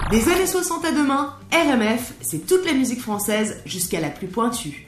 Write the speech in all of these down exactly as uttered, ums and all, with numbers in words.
Des années soixante à demain, R M F, c'est toute la musique française jusqu'à la plus pointue.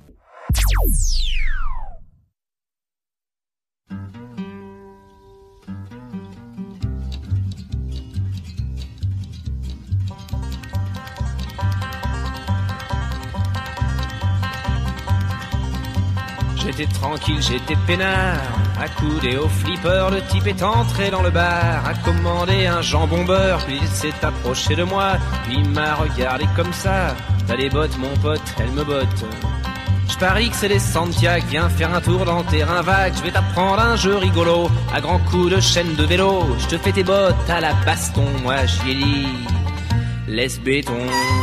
J'étais tranquille, j'étais peinard, accoudé au flipper, le type est entré dans le bar, a commandé un jambon beurre, puis il s'est approché de moi, puis il m'a regardé comme ça. T'as des bottes mon pote, elle me botte. Je parie que c'est des Santiago, viens faire un tour dans le terrain vague, je vais t'apprendre un jeu rigolo, à grands coups de chaîne de vélo, je te fais tes bottes à la baston, moi j'y ai dit, laisse béton.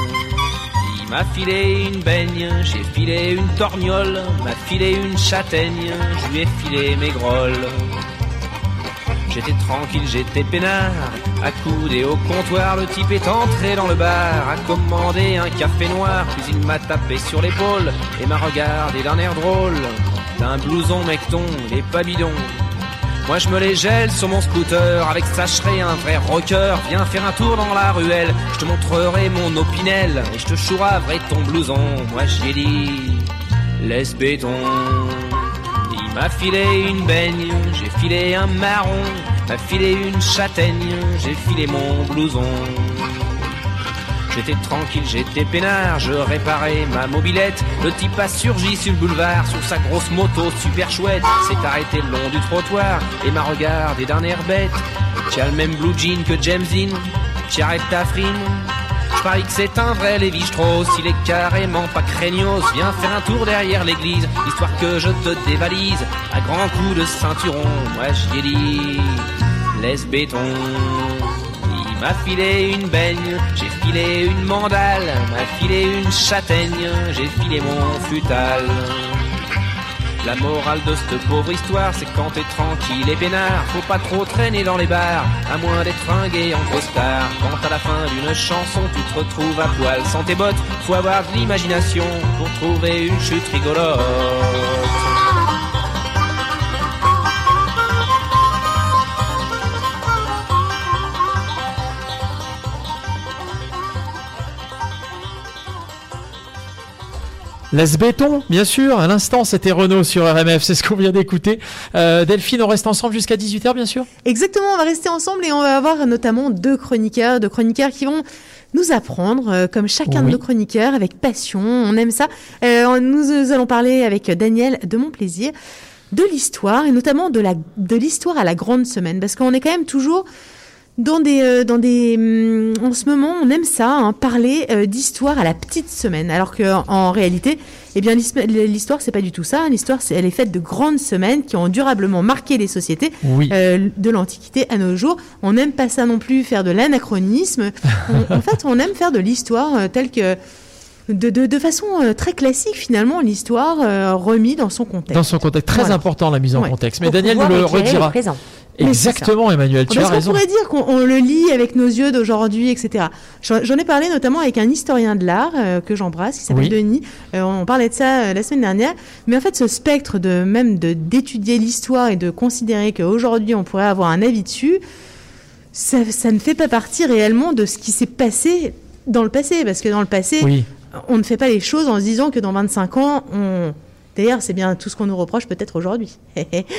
Il m'a filé une baigne, j'ai filé une torgnole, m'a filé une châtaigne, je lui ai filé mes grolles. J'étais tranquille, j'étais peinard, accoudé au comptoir, le type est entré dans le bar, a commandé un café noir, puis il m'a tapé sur l'épaule et m'a regardé d'un air drôle. T'as un blouson mecton, il est pas bidon. Moi je me les gèle sur mon scooter, avec ça je serai un vrai rocker. Viens faire un tour dans la ruelle, je te montrerai mon opinel, et je te chouraverai ton blouson. Moi j'y ai dit, laisse béton. Il m'a filé une baigne, j'ai filé un marron, m'a filé une châtaigne, j'ai filé mon blouson. J'étais tranquille, j'étais peinard, je réparais ma mobilette. Le type a surgi sur le boulevard, sur sa grosse moto super chouette. S'est arrêté le long du trottoir et m'a regardé d'un air bête. T'as le même blue jean que James Dean, t'y arrêtes ta frime. Je parie que c'est un vrai Lévi-Strauss, il est carrément pas craignos. Viens faire un tour derrière l'église, histoire que je te dévalise. À grands coups de ceinturon, moi j'y ai dit, laisse béton. Il m'a filé une baigne, j'ai filé une mandale, m'a filé une châtaigne, j'ai filé mon futal. La morale de cette pauvre histoire, c'est quand t'es tranquille et peinard, faut pas trop traîner dans les bars, à moins d'être fringué en costard. Quand à la fin d'une chanson, tu te retrouves à poil sans tes bottes, faut avoir de l'imagination pour trouver une chute rigolote. Laisse béton, bien sûr. À l'instant, c'était Renaud sur R M F. C'est ce qu'on vient d'écouter. Euh, Delphine, on reste ensemble jusqu'à dix-huit heures, bien sûr. Exactement, on va rester ensemble et on va avoir notamment deux chroniqueurs, deux chroniqueurs qui vont nous apprendre, euh, comme chacun oui. de nos chroniqueurs, avec passion. On aime ça. Euh, nous, nous allons parler avec Daniel de Montplaisir de l'histoire et notamment de, la, de l'histoire à la grande semaine. Parce qu'on est quand même toujours... Dans des, euh, dans des, hum, en ce moment, on aime ça, hein, parler euh, d'histoire à la petite semaine, alors que en, en réalité, eh bien, l'histoire c'est pas du tout ça. L'histoire, c'est, elle est faite de grandes semaines qui ont durablement marqué les sociétés oui. euh, de l'Antiquité à nos jours. On n'aime pas ça non plus, faire de l'anachronisme. on, en fait, on aime faire de l'histoire euh, telle que De, de, de façon euh, très classique, finalement, l'histoire euh, remise dans son contexte. Dans son contexte, très voilà. important la mise en ouais. contexte. Mais pour Daniel nous le redira. Exactement, Emmanuel, tu Parce as raison. On pourrait dire qu'on on le lit avec nos yeux d'aujourd'hui, et cetera. J'en, j'en ai parlé notamment avec un historien de l'art euh, que j'embrasse, qui s'appelle oui. Denis. Euh, on parlait de ça euh, la semaine dernière. Mais en fait, ce spectre de même de d'étudier l'histoire et de considérer qu'aujourd'hui on pourrait avoir un avis dessus, ça, ça ne fait pas partie réellement de ce qui s'est passé dans le passé, parce que dans le passé, oui. on ne fait pas les choses en se disant que dans vingt-cinq ans, on D'ailleurs, c'est bien tout ce qu'on nous reproche peut-être aujourd'hui, de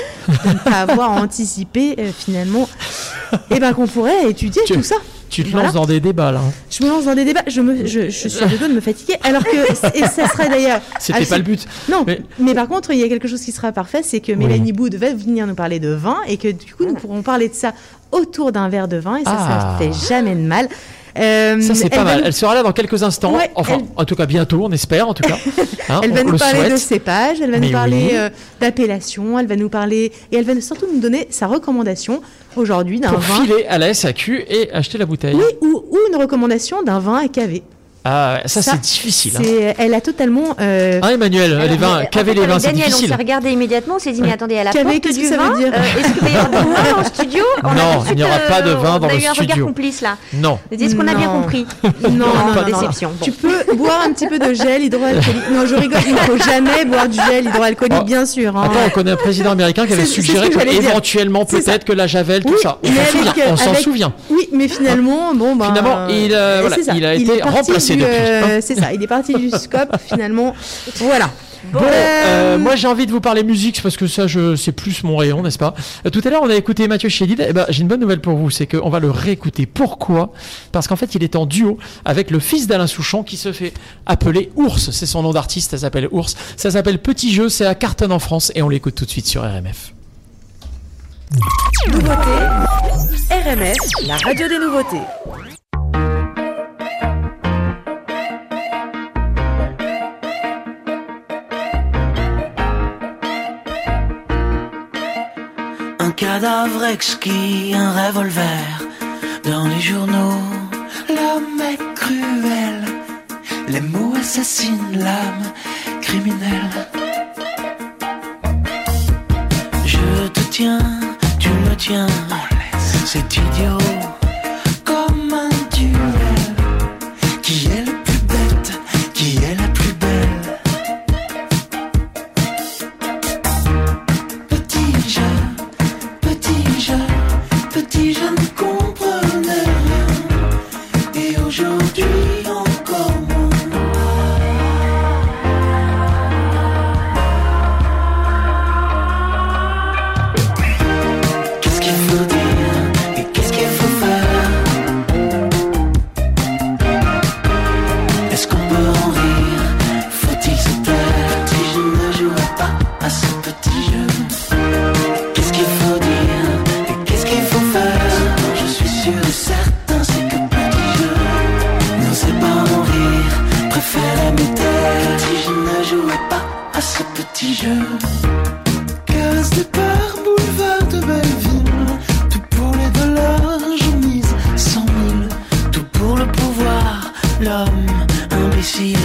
ne pas avoir anticipé euh, finalement, et ben qu'on pourrait étudier tu, tout ça. Tu te voilà. lances dans des débats là. Je me lance dans des débats. Je me, je, je suis à deux doigts de me fatiguer. Alors que, et ça serait d'ailleurs. C'était assez... pas le but. Non. Mais... mais par contre, il y a quelque chose qui sera parfait, c'est que Mélanie oui. Boud va venir nous parler de vin et que du coup, nous pourrons parler de ça autour d'un verre de vin et ça, ah. ça fait jamais de mal. Euh, ça c'est pas mal. Nous... Elle sera là dans quelques instants. Ouais, enfin, elle... en tout cas bientôt, on espère en tout cas. Hein, elle va nous parler souhaite. de cépage, elle va Mais nous parler oui. euh, d'appellation, elle va nous parler et elle va surtout nous donner sa recommandation aujourd'hui d'un pour vin. Pour filer à la S A Q et acheter la bouteille. Oui, ou, ou une recommandation d'un vin à caver. Ah, ça, ça c'est difficile. C'est, hein. Elle a totalement. Euh... Ah, Emmanuel, alors, les vins, qu'avaient les vins, c'est Daniel, difficile. on s'est regardé immédiatement, on s'est dit, mais attendez, elle a Qu'avait, porte du ça vin. veut dire euh, Est-ce qu'il va y avoir du vin dans le studio? On Non, il n'y aura pas de vin dans le studio. On a eu un regard complice là. Non. Est-ce qu'on a bien compris? Non, non, non, déception. Non. Bon. Tu peux boire un petit peu de gel hydroalcoolique. Non, je rigole, il ne faut jamais boire du gel hydroalcoolique, oh. bien sûr. Hein. Attends, on connaît un président américain qui avait c'est, suggéré que, que éventuellement, peut-être ça. Que la javel, tout oui, ça. On s'en souvient. On s'en souvient. Oui, mais finalement, bon, bah. Finalement, il, euh, voilà, il a il été remplacé du, depuis. Euh, c'est ça, il est parti du scope, finalement. Voilà. Bon, euh... Euh, moi j'ai envie de vous parler musique parce que ça, je, c'est plus mon rayon, n'est-ce pas? euh, Tout à l'heure, on a écouté Mathieu Chédid. Eh ben, j'ai une bonne nouvelle pour vous, c'est qu'on va le réécouter. Pourquoi? Parce qu'en fait, il est en duo avec le fils d'Alain Souchon qui se fait appeler Ours. C'est son nom d'artiste, ça s'appelle Ours. Ça s'appelle Petit Jeu, c'est à Carton en France et on l'écoute tout de suite sur R M F. Nouveauté, R M F, la radio des nouveautés. Un cadavre exquis, un revolver dans les journaux. L'homme est cruel, les mots assassinent l'âme criminelle. Je te tiens, tu me tiens, c'est idiot comme un duel. Qui est le plus bête, qui est la plus belle? Petit jeu, petit jeu, petit jeu ne comprenait rien. Et aujourd'hui encore moins. Qu'est-ce qu'il faut dire et qu'est-ce qu'il faut faire? Est-ce qu'on peut en rire? Faut-il se taire? Si je ne jouais pas à ce petit jeu. Qu'est-ce qu'il faut dire et qu'est-ce qu'il faut faire? Je suis sûr et certain c'est que petit jeu n'osait pas en rire, préférait me taire. Si je ne jouais pas à ce petit jeu. Case départ, boulevard de Belleville, tout pour les dollars, je mise cent mille. Tout pour le pouvoir, l'homme imbécile.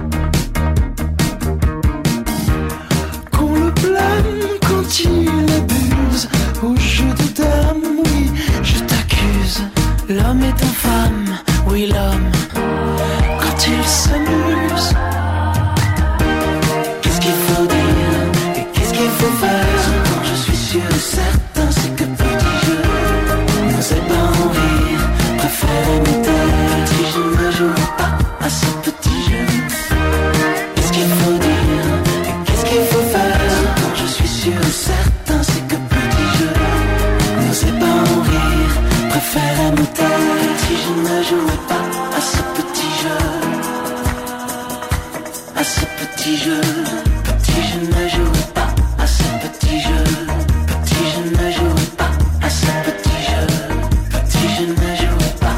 Qu'on le blâme quand il abuse au jeu de dames, oui, je t'accuse. L'homme est infâme, oui, l'homme, quand il s'amuse. Qu'est-ce qu'il faut dire et qu'est-ce qu'il faut faire? Quand je suis sûr et certain, c'est que petit jeu n'osait pas en rire, préférait me taire. Si je ne jouais pas à ce petit jeu. Qu'est-ce qu'il faut dire et qu'est-ce qu'il faut faire? Quand je suis sûr et certain, c'est que petit jeu n'osait pas en rire, préférait me taire. Si je ne jouais pas à ce petit jeu, à ce petit jeu, petit je ne jouais pas à ce petit jeu, petit je ne jouais pas à ce petit jeu, petit je ne jouais pas.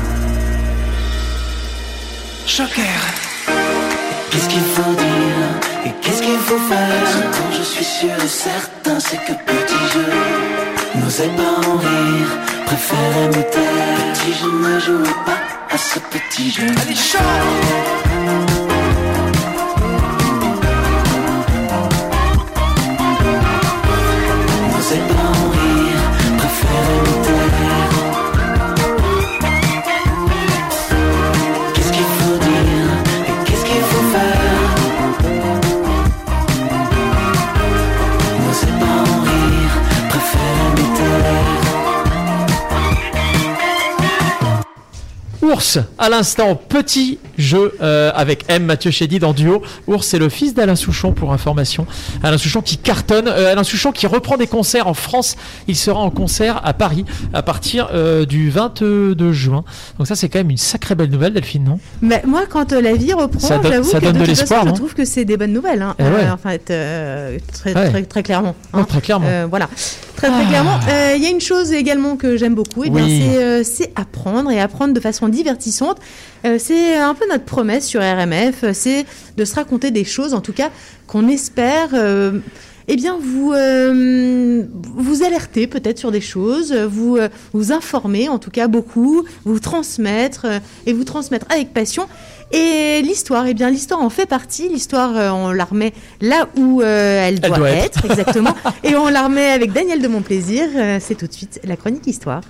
Joker. Qu'est-ce qu'il faut dire et qu'est-ce qu'il faut faire? Quand je suis sûr et certain, c'est que petit jeu n'osait pas en rire, préférait me taire. Si je ne jouais pas à ce petit jeu. Allez, chante! N'osait pas en rire, préférait me taire. Qu'est-ce qu'il faut dire et qu'est-ce qu'il faut faire? N'osait pas en rire, préférait me taire. Ours, à l'instant, petit jeu euh, avec M, Mathieu Chédid en duo. Ours, c'est le fils d'Alain Souchon, pour information. Alain Souchon qui cartonne, euh, Alain Souchon qui reprend des concerts en France. Il sera en concert à Paris à partir euh, du vingt-deux juin. Donc ça, c'est quand même une sacrée belle nouvelle, Delphine, non? Mais moi, quand euh, la vie reprend, ça donne, j'avoue ça que donne de, de toute l'espoir, façon, non? je trouve que c'est des bonnes nouvelles. Hein. Eh ouais. euh, en fait, euh, très, ouais. très, très clairement. Hein. Oh, très clairement. Euh, voilà, très très ah. clairement. Il euh, y a une chose également que j'aime beaucoup, et bien oui. c'est, euh, c'est apprendre et apprendre de façon divertissante. Euh, c'est un peu notre promesse sur R M F, c'est de se raconter des choses, en tout cas, qu'on espère euh, eh bien, vous euh, vous alerter peut-être sur des choses, vous euh, vous informer en tout cas beaucoup, vous transmettre euh, et vous transmettre avec passion. Et l'histoire, eh bien, l'histoire en fait partie. L'histoire, euh, on la remet là où euh, elle, doit elle doit être, être. exactement. Et on la remet avec Daniel de Montplaisir. Euh, c'est tout de suite la chronique histoire.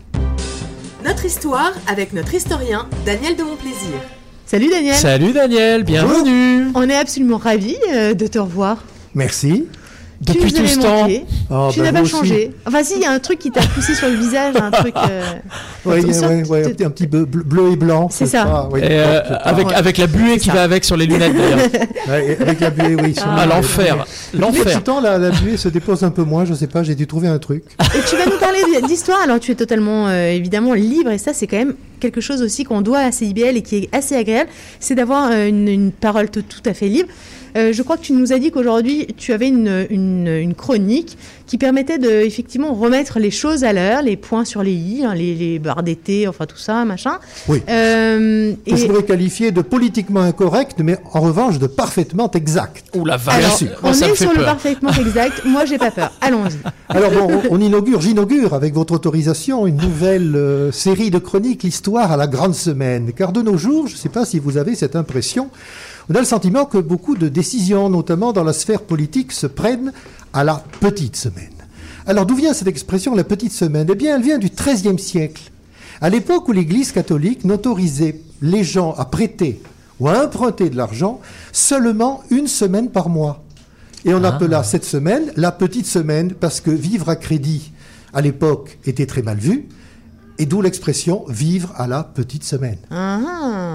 Notre histoire avec notre historien Daniel de Montplaisir. Salut Daniel. Salut Daniel, bienvenue. On est absolument ravis euh, de te revoir. Merci. Depuis tu tout ce temps. Oh, tu bah, n'as pas vous changé. Enfin, si, il y a un truc qui t'a poussé sur le visage, un truc. Euh, Oui, en sorte ouais, ouais, de- un petit peu bleu, bleu et blanc. C'est ça. pas, oui, Et, euh, c'est pas- avec, Ouais. avec la buée qui ça. va avec sur les lunettes d'ailleurs. Ouais, et avec la buée, oui. sur Ah, les- l'enfer. Mais L'enfer. pourtant, la, la buée se dépose un peu moins, je sais pas, j'ai dû trouver un truc. Et tu vas nous parler d'histoire. Alors, tu es totalement, euh, évidemment, libre. Et ça, c'est quand même quelque chose aussi qu'on doit à C I B L et qui est assez agréable. C'est d'avoir euh, une, une parole t- tout à fait libre. Euh, je crois que tu nous as dit qu'aujourd'hui, tu avais une, une, une chronique qui permettait de, effectivement, remettre les choses à l'heure, les points sur les i, hein, les, les barres d'été, enfin tout ça, machin. Oui. Euh, Que je et pourrais qualifier de politiquement incorrect, mais en revanche de parfaitement exact. Ouh la vache. alors, sûr. Moi, on ça me est fait sur le peur. parfaitement exact. Moi, j'ai pas peur. Allons-y. Alors bon, on, on inaugure, j'inaugure avec votre autorisation une nouvelle euh, série de chroniques, l'histoire à la grande semaine. Car de nos jours, je ne sais pas si vous avez cette impression, on a le sentiment que beaucoup de décisions, notamment dans la sphère politique, se prennent à la petite semaine. Alors d'où vient cette expression, la petite semaine? Eh bien, elle vient du treizième siècle, à l'époque où l'Église catholique n'autorisait les gens à prêter ou à emprunter de l'argent seulement une semaine par mois. Et on Ah. appela cette semaine la petite semaine parce que vivre à crédit, à l'époque, était très mal vu. Et d'où l'expression « vivre à la petite semaine Ah. ».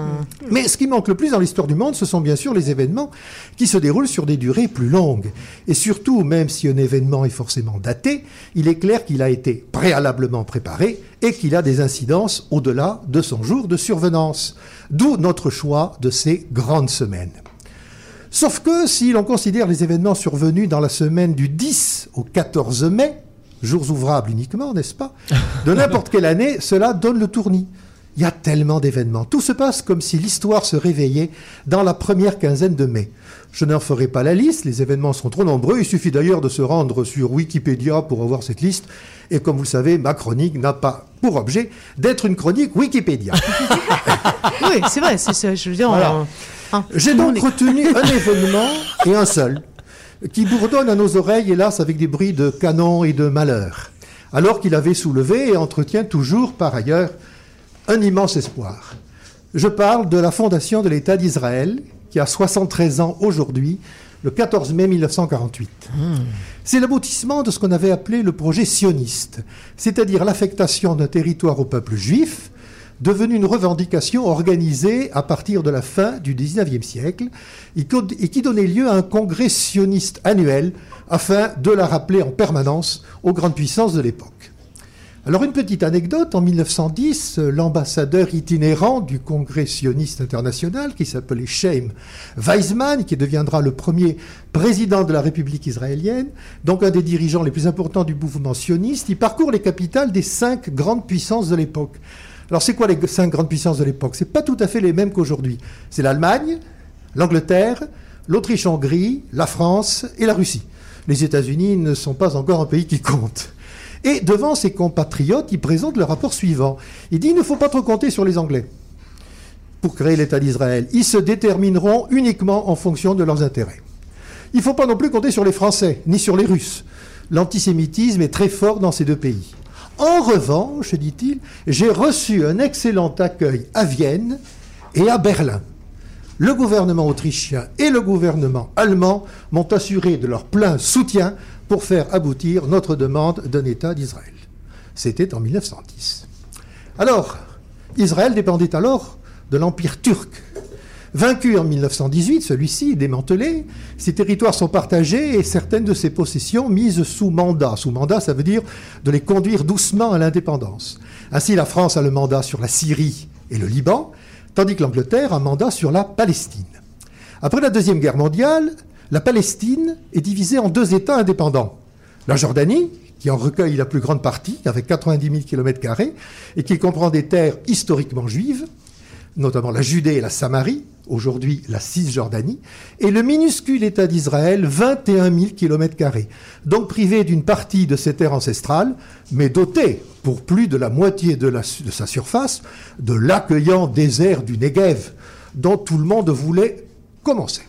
Mais ce qui manque le plus dans l'histoire du monde, ce sont bien sûr les événements qui se déroulent sur des durées plus longues. Et surtout, même si un événement est forcément daté, il est clair qu'il a été préalablement préparé et qu'il a des incidences au-delà de son jour de survenance. D'où notre choix de ces grandes semaines. Sauf que si l'on considère les événements survenus dans la semaine du dix au quatorze mai, jours ouvrables uniquement, n'est-ce pas, de n'importe quelle année, cela donne le tournis. Il y a tellement d'événements. Tout se passe comme si l'histoire se réveillait dans la première quinzaine de mai. Je n'en ferai pas la liste, les événements sont trop nombreux. Il suffit d'ailleurs de se rendre sur Wikipédia pour avoir cette liste. Et comme vous le savez, ma chronique n'a pas pour objet d'être une chronique Wikipédia. Oui, c'est vrai. C'est ça. Je veux dire. Voilà. on- hein, J'ai tout le monde donc est- retenu un événement et un seul, qui bourdonne à nos oreilles, hélas, avec des bruits de canon et de malheur, alors qu'il avait soulevé et entretient toujours, par ailleurs, un immense espoir. Je parle de la fondation de l'État d'Israël, qui a soixante-treize ans aujourd'hui, le quatorze mai mille neuf cent quarante-huit. C'est l'aboutissement de ce qu'on avait appelé le projet sioniste, c'est-à-dire l'affectation d'un territoire au peuple juif, devenu une revendication organisée à partir de la fin du dix-neuvième siècle et qui donnait lieu à un congrès sioniste annuel afin de la rappeler en permanence aux grandes puissances de l'époque. Alors une petite anecdote, en mille neuf cent dix, l'ambassadeur itinérant du congrès sioniste international, qui s'appelait Chaim Weizmann, qui deviendra le premier président de la République israélienne, donc un des dirigeants les plus importants du mouvement sioniste, il parcourt les capitales des cinq grandes puissances de l'époque. Alors c'est quoi les cinq grandes puissances de l'époque? C'est pas tout à fait les mêmes qu'aujourd'hui. C'est l'Allemagne, l'Angleterre, l'Autriche-Hongrie, la France et la Russie. Les États-Unis ne sont pas encore un pays qui compte. Et devant ses compatriotes, il présente le rapport suivant. Il dit, il ne faut pas trop compter sur les Anglais pour créer l'État d'Israël. Ils se détermineront uniquement en fonction de leurs intérêts. Il ne faut pas non plus compter sur les Français, ni sur les Russes. L'antisémitisme est très fort dans ces deux pays. En revanche, dit-il, j'ai reçu un excellent accueil à Vienne et à Berlin. Le gouvernement autrichien et le gouvernement allemand m'ont assuré de leur plein soutien pour faire aboutir notre demande d'un État d'Israël. C'était en mille neuf cent dix. Alors, Israël dépendait alors de l'Empire turc. Vaincu en mille neuf cent dix-huit, celui-ci démantelé, ses territoires sont partagés et certaines de ses possessions mises sous mandat. Sous mandat, ça veut dire de les conduire doucement à l'indépendance. Ainsi, la France a le mandat sur la Syrie et le Liban, tandis que l'Angleterre a un mandat sur la Palestine. Après la Deuxième Guerre mondiale, la Palestine est divisée en deux États indépendants. La Jordanie, qui en recueille la plus grande partie, avec quatre-vingt-dix mille kilomètres carrés, et qui comprend des terres historiquement juives, notamment la Judée et la Samarie, aujourd'hui la Cisjordanie, et le minuscule État d'Israël, vingt et un mille kilomètres carrés, donc privé d'une partie de ses terres ancestrales, mais doté, pour plus de la moitié de, la, de sa surface, de l'accueillant désert du Negev, dont tout le monde voulait commencer.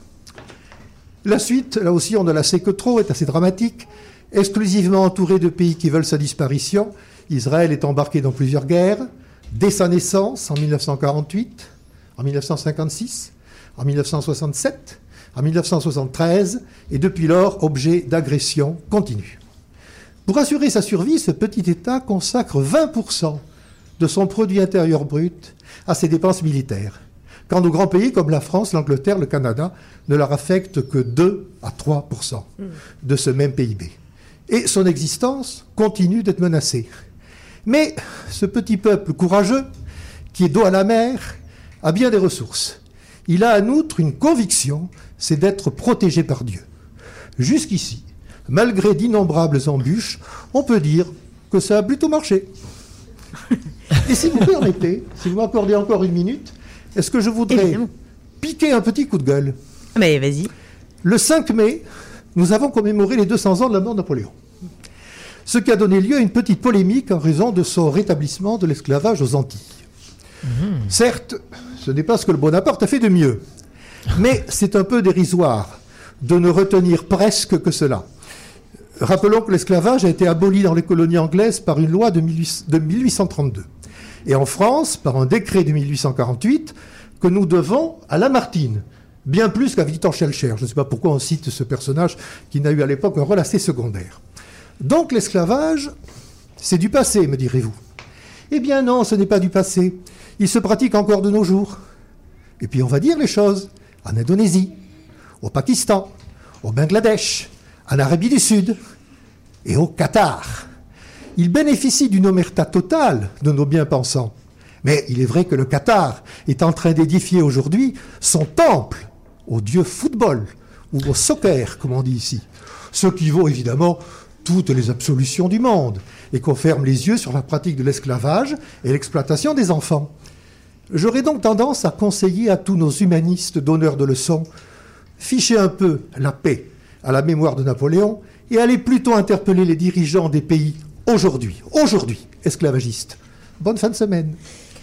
La suite, là aussi on ne la sait que trop, est assez dramatique. Exclusivement entouré de pays qui veulent sa disparition, Israël est embarqué dans plusieurs guerres, dès sa naissance en mille neuf cent quarante-huit, en mille neuf cent cinquante-six, en mille neuf cent soixante-sept, en mille neuf cent soixante-treize, et depuis lors, objet d'agression continue. Pour assurer sa survie, ce petit État consacre vingt pour cent de son produit intérieur brut à ses dépenses militaires, quand nos grands pays comme la France, l'Angleterre, le Canada ne leur affectent que deux à trois pour cent de ce même P I B. Et son existence continue d'être menacée. Mais ce petit peuple courageux, qui est dos à la mer, a bien des ressources. Il a en outre une conviction, c'est d'être protégé par Dieu. Jusqu'ici, malgré d'innombrables embûches, on peut dire que ça a plutôt marché. Et si vous permettez, si vous m'accordez encore une minute, est-ce que je voudrais Évidemment. piquer un petit coup de gueule ? Mais vas-y. Le cinq mai, nous avons commémoré les deux cents ans de la mort de Napoléon. Ce qui a donné lieu à une petite polémique en raison de son rétablissement de l'esclavage aux Antilles. Mmh. Certes, ce n'est pas ce que le Bonaparte a fait de mieux, mais c'est un peu dérisoire de ne retenir presque que cela. Rappelons que l'esclavage a été aboli dans les colonies anglaises par une loi de mille huit cent trente-deux. Et en France, par un décret de mille huit cent quarante-huit, que nous devons à Lamartine, bien plus qu'à Victor Schœlcher. Je ne sais pas pourquoi on cite ce personnage qui n'a eu à l'époque un rôle assez secondaire. Donc l'esclavage, c'est du passé, me direz-vous. Eh bien non, ce n'est pas du passé. Il se pratique encore de nos jours. Et puis on va dire les choses. En Indonésie, au Pakistan, au Bangladesh, en Arabie du Sud et au Qatar. Il bénéficie d'une omerta totale de nos bien-pensants. Mais il est vrai que le Qatar est en train d'édifier aujourd'hui son temple au dieu football, ou au soccer, comme on dit ici. Ce qui vaut évidemment toutes les absolutions du monde, et qu'on ferme les yeux sur la pratique de l'esclavage et l'exploitation des enfants. J'aurais donc tendance à conseiller à tous nos humanistes donneurs de leçons, fichez un peu la paix à la mémoire de Napoléon, et allez plutôt interpeller les dirigeants des pays aujourd'hui, aujourd'hui, esclavagistes. Bonne fin de semaine.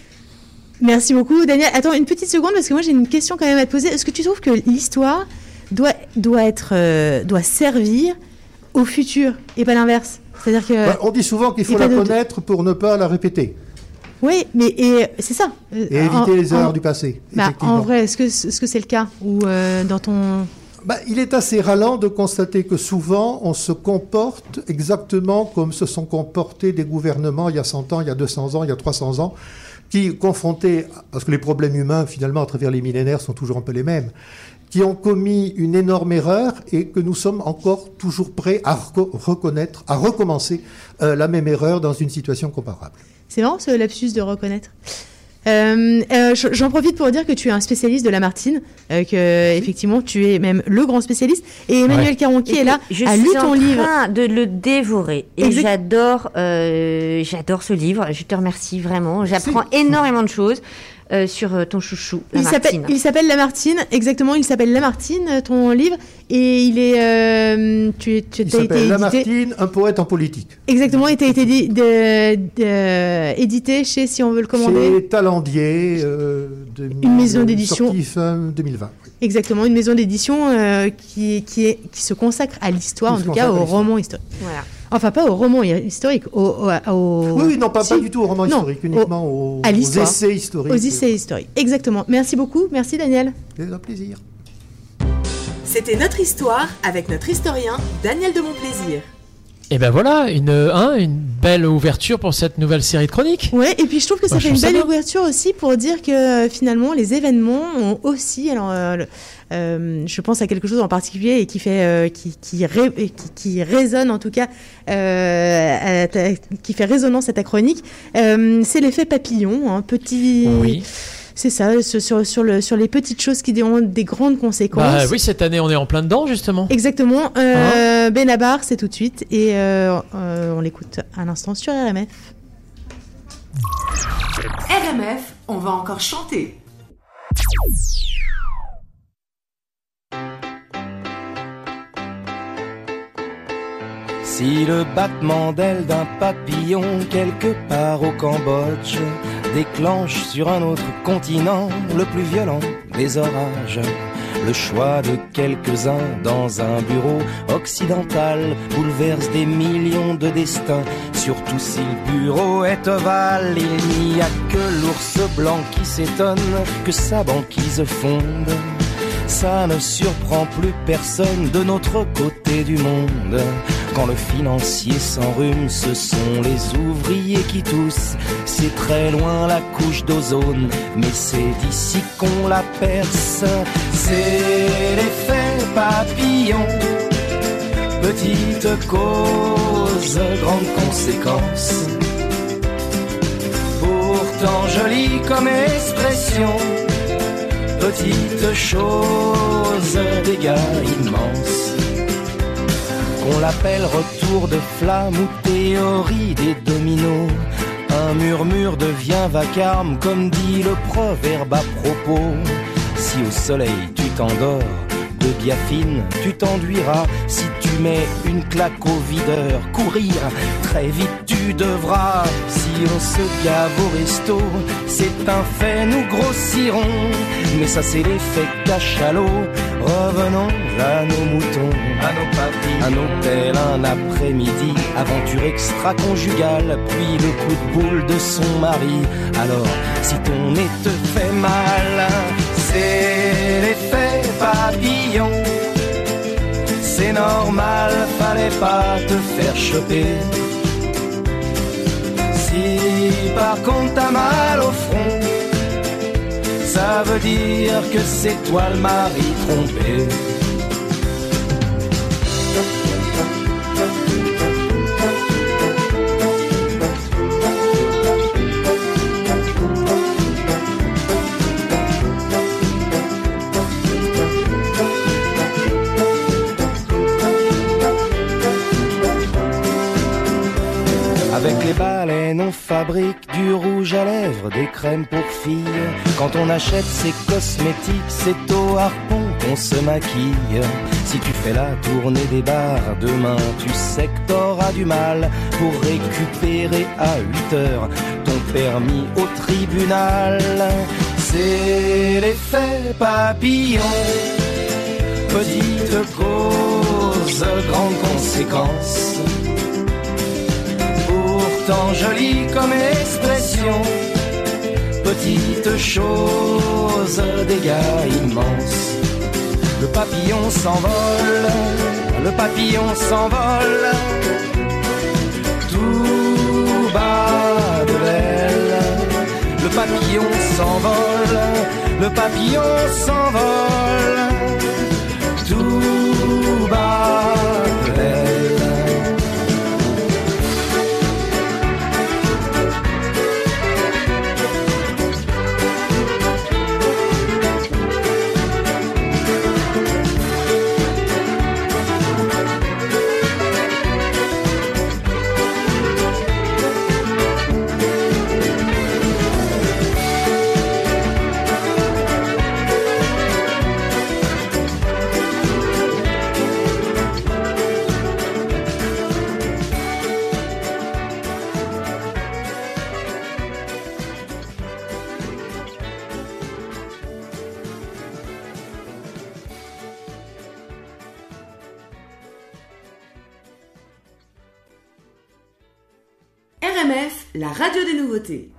Merci beaucoup, Daniel. Attends une petite seconde, parce que moi j'ai une question quand même à te poser. Est-ce que tu trouves que l'histoire doit, doit, être, euh, doit servir au futur et pas l'inverse ? C'est-à-dire que bah, on dit souvent qu'il faut la connaître pour ne pas la répéter. Oui, mais et, c'est ça. Et éviter en, les erreurs en, du passé. Bah, en vrai, est-ce que, est-ce que c'est le cas ? Ou euh, dans ton... Bah, il est assez ralent de constater que souvent, on se comporte exactement comme se sont comportés des gouvernements il y a cent ans, il y a deux cents ans, il y a trois cents ans, qui, confrontés, parce que les problèmes humains, finalement, à travers les millénaires, sont toujours un peu les mêmes, qui ont commis une énorme erreur et que nous sommes encore toujours prêts à reco- reconnaître, à recommencer euh, la même erreur dans une situation comparable. C'est marrant ce lapsus de reconnaître. Euh, euh, j'en profite pour dire que tu es un spécialiste de Lamartine, euh, que effectivement tu es même le grand spécialiste. Et Emmanuel ouais. Caron qui est là je a lu ton livre. Je suis en train de le dévorer et exact. j'adore, euh, j'adore ce livre. Je te remercie vraiment. J'apprends C'est... énormément de choses. Euh, sur euh, ton chouchou, Lamartine. Il s'appelle Lamartine, exactement, il s'appelle Lamartine, ton livre, et il est... Euh, tu, tu, il s'appelle été Lamartine, édité... un poète en politique. Exactement, et tu as été di- de, de, de, édité chez, si on veut le commander... Chez Talandier, euh, de, une maison d'édition. Sortie fin deux mille vingt. Oui. Exactement, une maison d'édition euh, qui, qui, est, qui se consacre à l'histoire, qui en tout cas au roman historique. Voilà. Enfin, pas au roman historique, au... au, au... Oui, oui, non, pas, si. pas du tout au roman non, historique, uniquement au, aux, à aux essais historiques. Aux essais historiques, exactement. Merci beaucoup, merci Daniel. C'est un plaisir. C'était notre histoire avec notre historien Daniel de Montplaisir. Et ben voilà, une, hein, une belle ouverture pour cette nouvelle série de chroniques. Ouais, et puis je trouve que ça bah, fait une belle ouverture aussi pour dire que euh, finalement les événements ont aussi, alors euh, euh, je pense à quelque chose en particulier et qui fait, euh, qui, qui, ré, qui, qui résonne en tout cas, euh, à ta, qui fait résonance à ta chronique, euh, c'est l'effet papillon, un petit. Oui. C'est ça, sur, sur, le, sur les petites choses qui ont des grandes conséquences. Bah, oui, cette année, on est en plein dedans, justement. Exactement. Euh, hein Benabar, c'est tout de suite. Et euh, euh, on l'écoute à l'instant sur R M F. R M F, on va encore chanter. Si le battement d'aile d'un papillon quelque part au Cambodge déclenche sur un autre continent le plus violent des orages, le choix de quelques-uns dans un bureau occidental bouleverse des millions de destins. Surtout si le bureau est ovale, il n'y a que l'ours blanc qui s'étonne que sa banquise fonde. Ça ne surprend plus personne de notre côté du monde. Quand le financier s'enrhume, ce sont les ouvriers qui toussent. C'est très loin la couche d'ozone, mais c'est d'ici qu'on la perce. C'est l'effet papillon, petite cause, grande conséquence. Pourtant jolie comme expression, petite chose, dégâts immenses. Qu'on l'appelle retour de flamme ou théorie des dominos, un murmure devient vacarme comme dit le proverbe à propos. Si au soleil tu t'endors de biafine, tu t'enduiras. Si tu mets une claque au videur, courir, très vite tu devras. Si on se gave au resto, c'est un fait, nous grossirons. Mais ça c'est l'effet cachalot. Revenons à nos moutons, à nos papilles, un hôtel, un après-midi, aventure extra-conjugale, puis le coup de boule de son mari. Alors, si ton nez te fait mal, c'est l'effet papillon. C'est normal, fallait pas te faire choper. Si par contre t'as mal au front, ça veut dire que c'est toi le mari trompé. Avec les baleines on fabrique du rouge à lèvres, des crèmes pour filles. Quand on achète ses cosmétiques, c'est au harpon qu'on se maquille. Si tu fais la tournée des bars demain, tu sais que t'auras du mal pour récupérer à huit heures ton permis au tribunal. C'est l'effet papillon, petite cause, grande conséquence. Pourtant jolie comme expression, petite chose, dégâts immenses. Le papillon s'envole, le papillon s'envole, tout bas de l'aile. Le papillon s'envole, le papillon s'envole, tout bas de l'aile. R M F, la radio des nouveautés.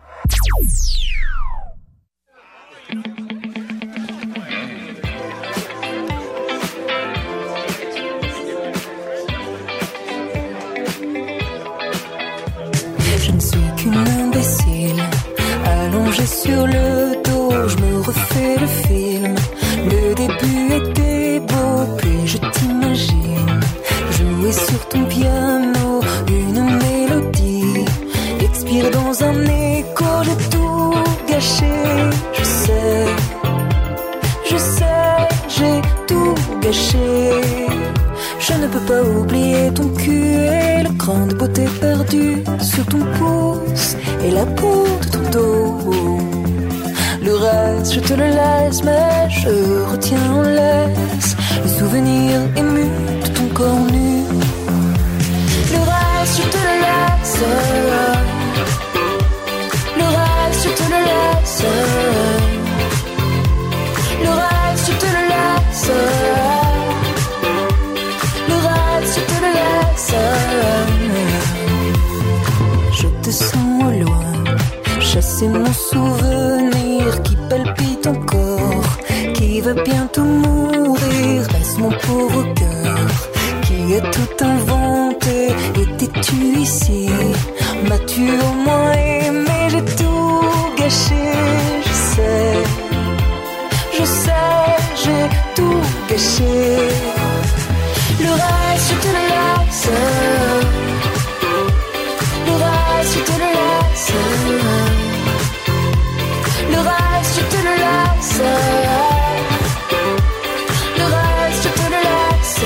Je ne suis qu'une imbécile, allongée sur le dos, je me refais le film. Le début était beau, puis je t'imagine jouer sur ton piano une mélodie, expire dans un écho, j'ai tout gâché. Je sais, je sais, j'ai tout gâché. Je ne peux pas oublier ton cul et le cran de beauté perdu sur ton pouce et la peau de ton dos. Le reste, je te le laisse, mais je retiens en laisse le souvenir ému de ton corps nu. Le laisse. Le reste, je te le laisse. Le reste, je te le laisse. Le reste, je te le laisse. Je te sens au loin, chasser mon souvenir qui palpite encore, qui va bientôt mourir. Laisse mon pauvre cœur qui a tout inventé. Étais-tu ici? M'as-tu au moins aimé? J'ai tout gâché, je sais. Je sais, j'ai tout gâché. Le reste, je te le laisse. Le reste, je te le laisse. Le reste, je te le laisse. Le reste, je te le laisse.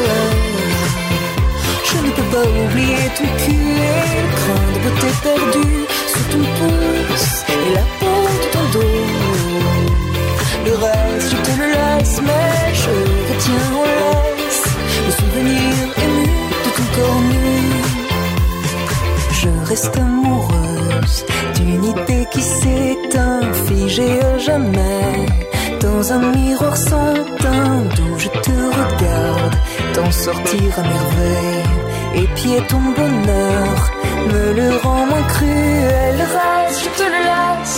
Je ne peux pas oublier ton cul et le grain de beauté perdu sous ton pouce et la peau de ton dos. Le reste, je te le laisse, mais je retiens en laisse le souvenir ému de ton corps nu. Je reste amoureuse d'une idée qui s'éteint, figée à jamais dans un miroir sans teint, d'où je te regarde t'en sortir à merveille. Épier ton bonheur me le rend moins cruel. Le reste, je te le laisse.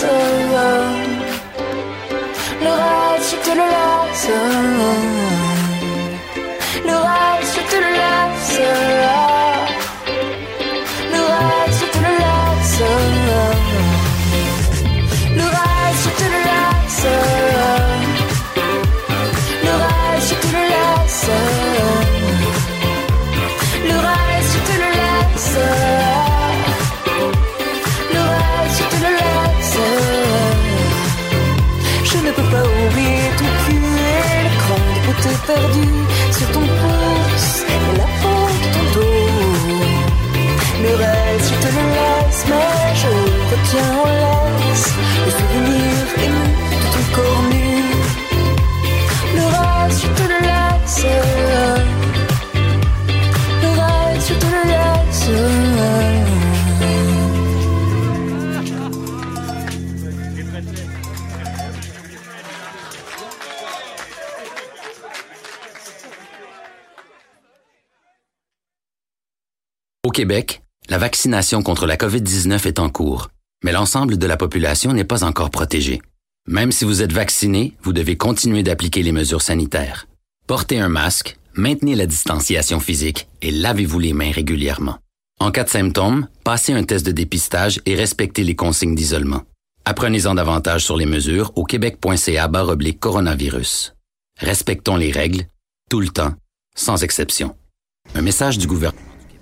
Le reste, je te le laisse. Le reste, je te le laisse. Le reste, je te le laisse. Le reste, je te le laisse. Le reste, je te le laisse. Le reste, je te le laisse. Le reste, je te le laisse. Je ne peux pas oublier ton cul et le cran de beauté perdu sur ton pouce et la peau de ton dos. Le reste, je te le laisse, mais je retiens en laisse le souvenir ému de ton corps nu. Le reste, je te le laisse. Le reste, je te le laisse. Au Québec, la vaccination contre la covid dix-neuf est en cours, mais l'ensemble de la population n'est pas encore protégée. Même si vous êtes vacciné, vous devez continuer d'appliquer les mesures sanitaires. Portez un masque, maintenez la distanciation physique et lavez-vous les mains régulièrement. En cas de symptômes, passez un test de dépistage et respectez les consignes d'isolement. Apprenez-en davantage sur les mesures au québec.ca barre oblique coronavirus. Respectons les règles, tout le temps, sans exception. Un message du gouvernement.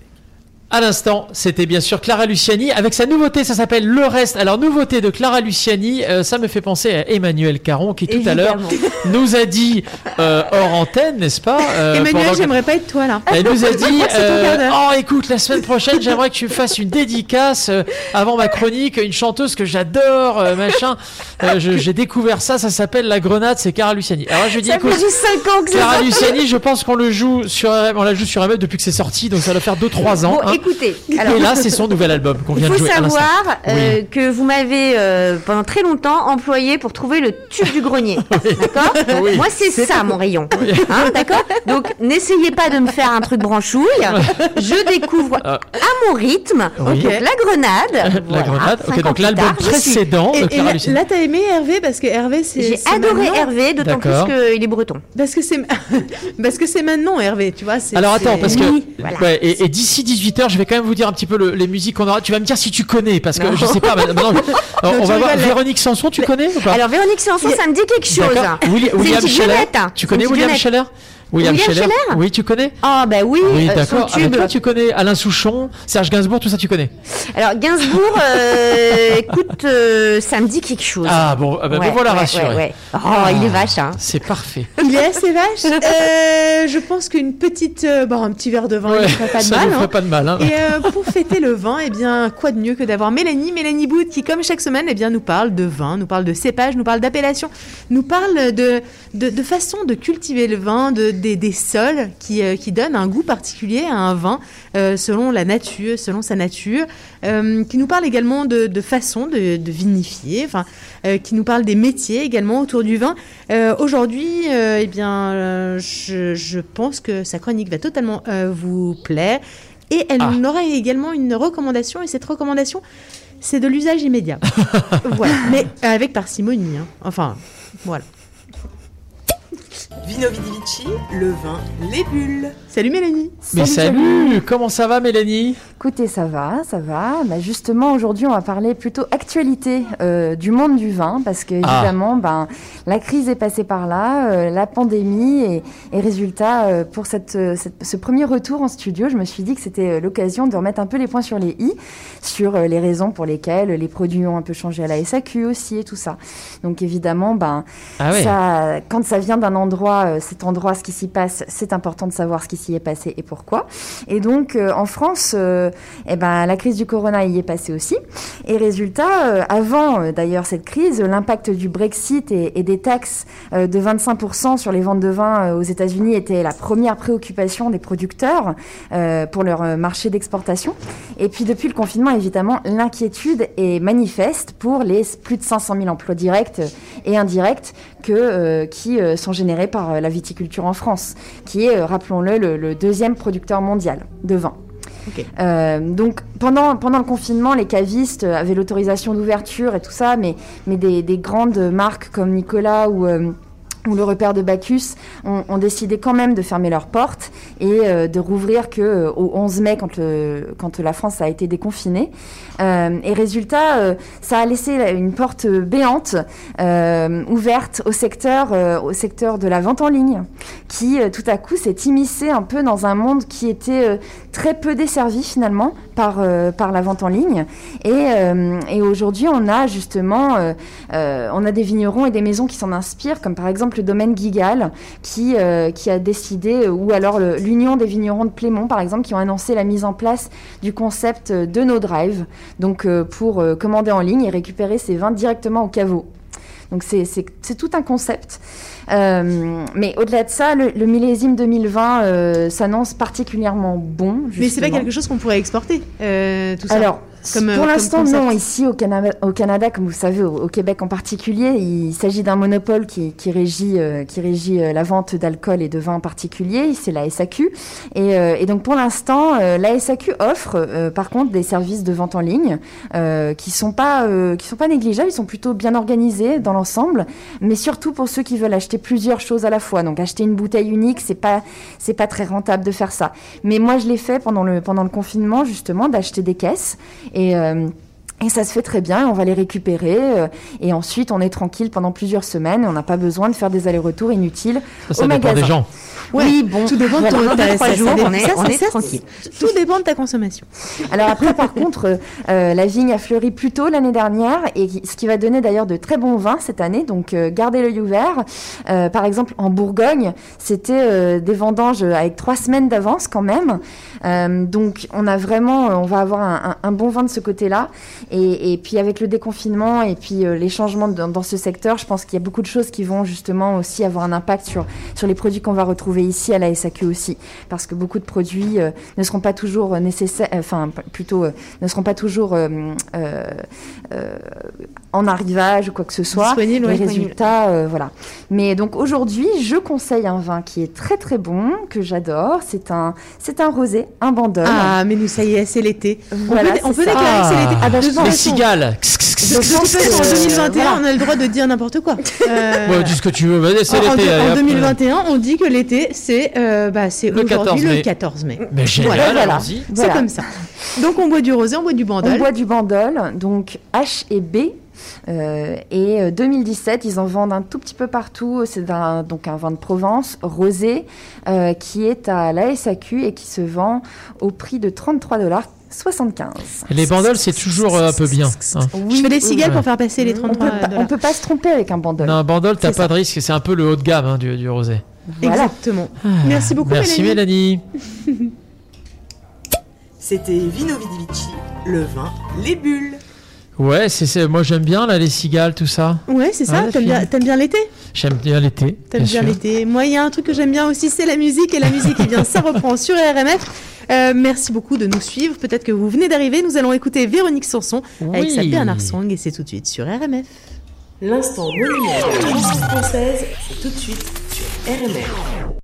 À l'instant, c'était bien sûr Clara Luciani avec sa nouveauté, ça s'appelle Le Reste. Alors, nouveauté de Clara Luciani, euh, ça me fait penser à Emmanuel Caron qui tout Évidemment. à l'heure nous a dit euh, hors antenne, n'est-ce pas euh, Emmanuel, que... j'aimerais pas être toi là. Elle nous a dit euh, oh écoute, la semaine prochaine, j'aimerais que tu fasses une dédicace euh, avant ma chronique, une chanteuse que j'adore, euh, machin. Euh, je, j'ai découvert ça, ça s'appelle La Grenade, c'est Clara Luciani. Alors je dis ça écoute, fait juste cinq ans que Clara ça Luciani, je pense qu'on le joue sur on la joue sur M depuis que c'est sorti, donc ça doit faire deux trois ans. Bon, hein. écoutez, alors, et là, c'est son nouvel album qu'on vient de jouer. Il faut savoir euh, oui. que vous m'avez euh, pendant très longtemps employé pour trouver le tube du grenier. Oui. D'accord oui. Moi, c'est, c'est ça mon rayon. Oui. Hein, d'accord. Donc, n'essayez pas de me faire un truc branchouille. Je découvre euh. à mon rythme. Oui. Donc, La Grenade. La voilà. Grenade. Ok, donc l'album tard, précédent suis... de et, Clara et Luciani. Là, t'as aimé Hervé parce que Hervé, c'est. J'ai c'est adoré maintenant... Hervé, d'autant D'accord. plus qu'il est breton. Parce que c'est parce que c'est maintenant Hervé, tu vois. C'est, Alors c'est... attends, parce que oui, voilà. ouais, et, et d'ici dix-huit heures, je vais quand même vous dire un petit peu le, les musiques qu'on aura. Tu vas me dire si tu connais, parce que non. je sais pas. Maintenant, alors, on va voir Véronique Sanson. Tu connais ou pas? Alors Véronique Sanson, ça me dit quelque chose. William, William Scheller. Tu connais William Scheller? William, William Scheller. Scheller Oui, tu connais? Ah, bah oui, oui euh, d'accord. Son tube. Ah, toi, tu connais Alain Souchon, Serge Gainsbourg, tout ça, tu connais? Alors, Gainsbourg, euh, écoute, euh, ça me dit quelque chose. Ah, bon, bah, ouais, me voilà ouais, rassuré. Ouais, ouais. Oh, ah, il est vache, hein. C'est parfait. Il est assez vache. euh, je pense qu'une petite, euh, bon, un petit verre de vin, ouais, ne ferait pas de ça mal. Ça ne hein. ferait pas de mal. Hein. Et euh, pour fêter le vin, eh bien, quoi de mieux que d'avoir Mélanie, Mélanie Boud, qui, comme chaque semaine, eh bien, nous parle de vin, nous parle de cépage, nous parle d'appellation, nous parle de, de, de façon de cultiver le vin, de des, des sols qui, euh, qui donnent un goût particulier à un vin euh, selon la nature, selon sa nature, euh, qui nous parle également de, de façon de, de vinifier, enfin, euh, qui nous parle des métiers également autour du vin. Euh, aujourd'hui, euh, eh bien, euh, je, je pense que sa chronique va totalement euh, vous plaire. Et elle ah. aura également une recommandation, et cette recommandation, c'est de l'usage immédiat. Voilà, mais avec parcimonie. Hein. Enfin, voilà. Vino Vidi Vici, le vin, les bulles. Salut Mélanie. Mais salut, salut. Comment ça va Mélanie? Écoutez, ça va, ça va. Bah justement, aujourd'hui, on va parler plutôt actualité euh, du monde du vin, parce que évidemment, ah. ben, la crise est passée par là, euh, la pandémie, et, et résultat, euh, pour cette, cette, ce premier retour en studio, je me suis dit que c'était l'occasion de remettre un peu les points sur les i, sur euh, les raisons pour lesquelles les produits ont un peu changé à la S A Q aussi, et tout ça. Donc évidemment, ben, ah ouais. ça, quand ça vient d'un endroit, euh, cet endroit, ce qui s'y passe, c'est important de savoir ce qui s'y est passé et pourquoi. Et donc, euh, en France, euh, eh ben, la crise du corona y est passée aussi. Et résultat, euh, avant euh, d'ailleurs cette crise, l'impact du Brexit et, et des taxes euh, de vingt-cinq pour cent sur les ventes de vin euh, aux États-Unis était la première préoccupation des producteurs euh, pour leur euh, marché d'exportation. Et puis depuis le confinement, évidemment, l'inquiétude est manifeste pour les plus de cinq cent mille emplois directs et indirects que, euh, qui euh, sont générés par euh, la viticulture en France, qui est, euh, rappelons-le, le, le deuxième producteur mondial de vin. Okay. Euh, donc pendant, pendant le confinement, les cavistes avaient l'autorisation d'ouverture et tout ça, mais, mais des, des grandes marques comme Nicolas ou... Euh, ou le repère de Bacchus ont, ont décidé quand même de fermer leurs portes et euh, de rouvrir que euh, au onze mai quand, le, quand la France a été déconfinée. Euh, et résultat, euh, ça a laissé une porte béante euh, ouverte au secteur, euh, au secteur de la vente en ligne, qui euh, tout à coup s'est immiscé un peu dans un monde qui était euh, très peu desservi finalement par, euh, par la vente en ligne. Et, euh, et aujourd'hui, on a justement euh, euh, on a des vignerons et des maisons qui s'en inspirent, comme par exemple le domaine Guigal, qui, euh, qui a décidé, ou alors le, l'Union des vignerons de Plémont, par exemple, qui ont annoncé la mise en place du concept de No Drive, donc euh, pour euh, commander en ligne et récupérer ses vins directement au caveau. Donc c'est, c'est, c'est tout un concept. Euh, mais au-delà de ça, le, le millésime deux mille vingt euh, s'annonce particulièrement bon. Justement. Mais c'est pas quelque chose qu'on pourrait exporter, euh, tout ça. Alors, Comme, pour l'instant, non. Ici, au Canada, au Canada, comme vous savez, au, au Québec en particulier, il s'agit d'un monopole qui, qui régit, euh, qui régit euh, la vente d'alcool et de vin en particulier. C'est la S A Q. Et, euh, et donc, pour l'instant, euh, la S A Q offre, euh, par contre, des services de vente en ligne euh, qui sont pas, euh, qui sont pas négligeables. Ils sont plutôt bien organisés dans l'ensemble, mais surtout pour ceux qui veulent acheter plusieurs choses à la fois. Donc, acheter une bouteille unique, c'est pas, c'est pas très rentable de faire ça. Mais moi, je l'ai fait pendant le, pendant le confinement, justement, d'acheter des caisses. Et, euh, et ça se fait très bien, on va les récupérer euh, et ensuite on est tranquille pendant plusieurs semaines et on n'a pas besoin de faire des allers-retours inutiles ça, ça au magasin. Ça dépend des gens. Ouais, oui, bon, tout dépend de ton voilà, trois jours, on est, ça, on est ça, tranquille. Tout dépend de ta consommation. Alors après, par contre, euh, la vigne a fleuri plus tôt l'année dernière et ce qui va donner d'ailleurs de très bons vins cette année. Donc euh, gardez l'œil ouvert. Euh, par exemple, en Bourgogne, c'était euh, des vendanges avec trois semaines d'avance quand même. Euh, donc on a vraiment, on va avoir un, un, un bon vin de ce côté-là. Et, et puis avec le déconfinement et puis euh, les changements dans, dans ce secteur, je pense qu'il y a beaucoup de choses qui vont justement aussi avoir un impact sur sur les produits qu'on va retrouver ici à la S A Q aussi, parce que beaucoup de produits euh, ne seront pas toujours nécessaires, enfin euh, plutôt euh, ne seront pas toujours euh, euh, euh, en arrivage ou quoi que ce soit. Disponible, les ouais, résultats, euh, voilà. Mais donc aujourd'hui, je conseille un vin qui est très très bon, que j'adore. C'est un c'est un rosé, un Bandol. Ah, mais nous ça y est, c'est l'été. Voilà, on peut, on peut déclarer ah, que c'est l'été. Ah, bah, je les cigales. De toute façon, en deux mille vingt et un, voilà. On a le droit de dire n'importe quoi. Euh... Bon, dis ce que tu veux, vas-y, c'est en, l'été. En, allez, en deux mille vingt et un, on dit que l'été, c'est, euh, bah, c'est le aujourd'hui le quatorze mai. Mais génial, voilà, voilà. C'est voilà. Comme ça. Donc on boit du rosé, on boit du Bandol. On boit du Bandol, donc H et B. Euh, et euh, deux mille dix-sept, ils en vendent un tout petit peu partout. C'est un, donc un vin de Provence rosé euh, qui est à la S A Q et qui se vend au prix de trente-trois dollars soixante-quinze. Et les bandoles, c'est toujours euh, un peu bien. Hein. Oui, je fais des cigales ouais. pour faire passer les trente-trois dollars. On ne peut pas se tromper avec un bandol. Non, un bandol, tu n'as pas ça. de risque. C'est un peu le haut de gamme hein, du, du rosé. Voilà. Exactement. Ah, merci beaucoup, merci Mélanie. Mélanie. C'était Vino Vidi Vici, le vin, les bulles. Ouais, c'est, c'est, moi j'aime bien là, les cigales, tout ça. Ouais, c'est ça. Ouais, t'aimes, bien, t'aimes bien l'été? J'aime bien l'été. T'aimes bien, bien l'été. Moi, il y a un truc que j'aime bien aussi, c'est la musique. Et la musique, eh bien, ça reprend sur R M F. Euh, merci beaucoup de nous suivre. Peut-être que vous venez d'arriver. Nous allons écouter Véronique Sanson oui. avec sa Bernard Song. Et c'est tout de suite sur R M F. L'instant monument de la chanson française, c'est tout de suite sur R M F.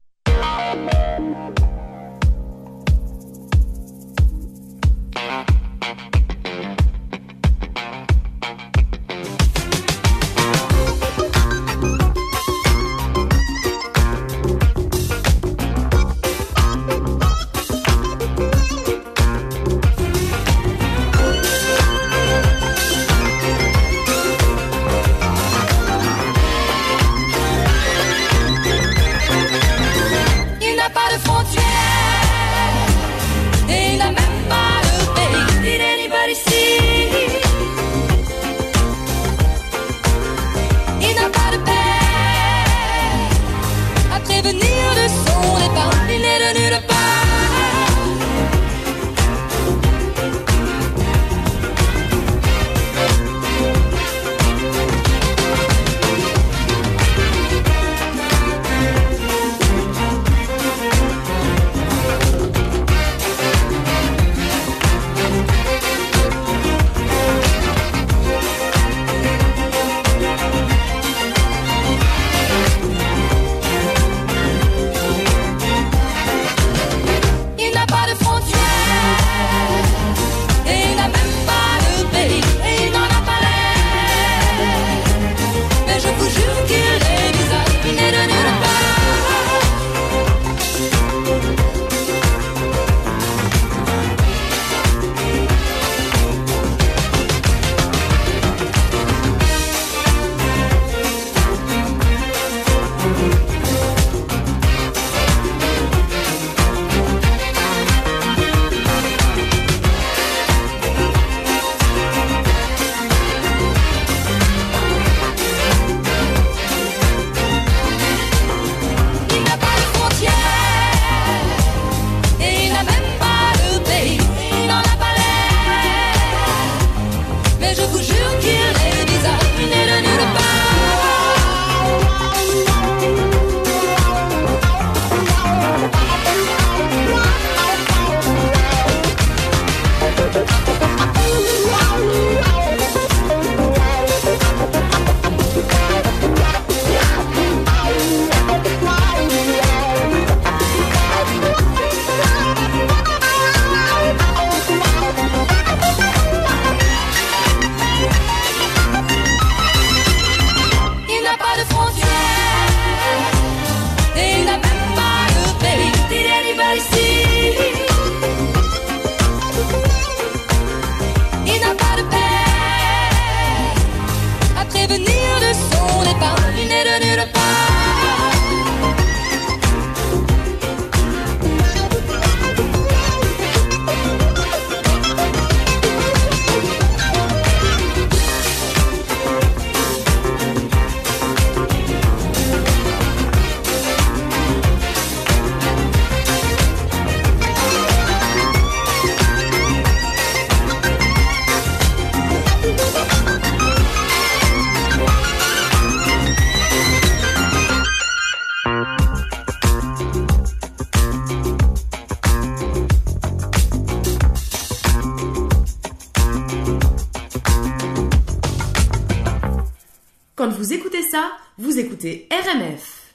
Quand vous écoutez ça, vous écoutez R M F.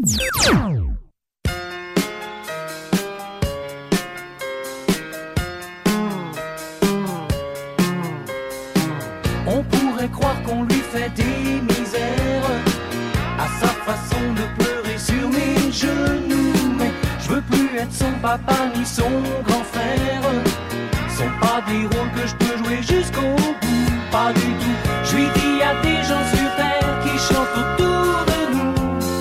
On pourrait croire qu'on lui fait des misères à sa façon de pleurer sur mes genoux, mais je veux plus être son papa ni son grand frère. Ce sont pas des rôles que je peux jouer jusqu'au bout, pas du tout. Je lui dis y a des gens sur terre qui chantent autour de nous.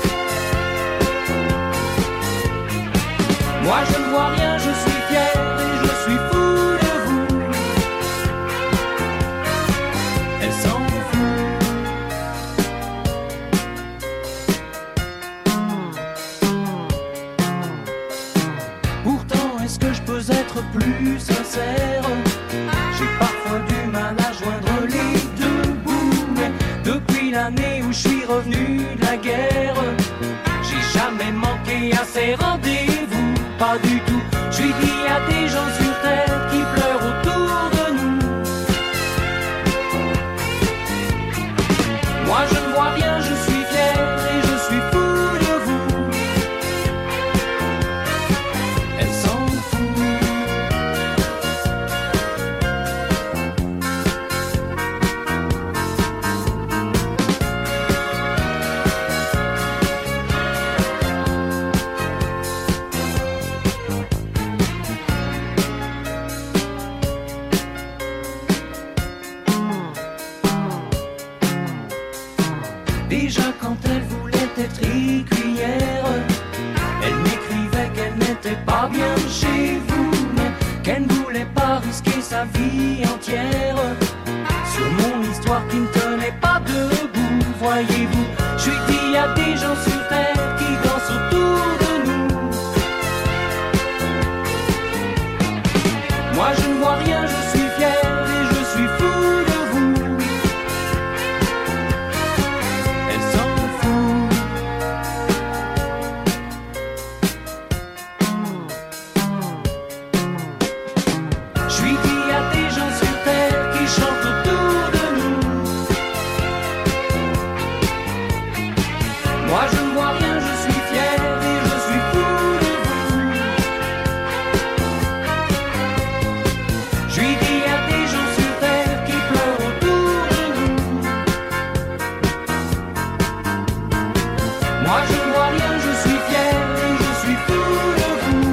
Moi je ne vois rien, je suis fier et je suis fou de vous. Elle s'en fout. Pourtant est-ce que je peux être plus sincère? J'ai parfois du mal à joindre les je suis revenu de la guerre. J'ai jamais manqué à ces rendez-vous, pas du tout. Je lui dis à des gens sur terre qui pleurent autour de nous. Moi je ne vois rien, je suis fier et je suis fou de vous. Elle s'en fout. Déjà quand elle voulait être écuyère, elle m'écrivait qu'elle n'était pas bien chez vous, mais qu'elle ne voulait pas risquer sa vie entière sur mon histoire qui ne tenait pas debout. Voyez-vous, je lui dis à des gens sur terre qui dansent autour de nous. Moi je ne vois rien, je suis fier et je suis fou de vous. Elle s'en fout. Je lui dis à des gens sur terre qui chantent autour de nous. Moi je ne vois rien, je suis fier et je suis fou de vous. Je lui dis à des gens sur terre qui pleurent autour de nous. Moi je ne vois rien, je suis fier et je suis fou de vous.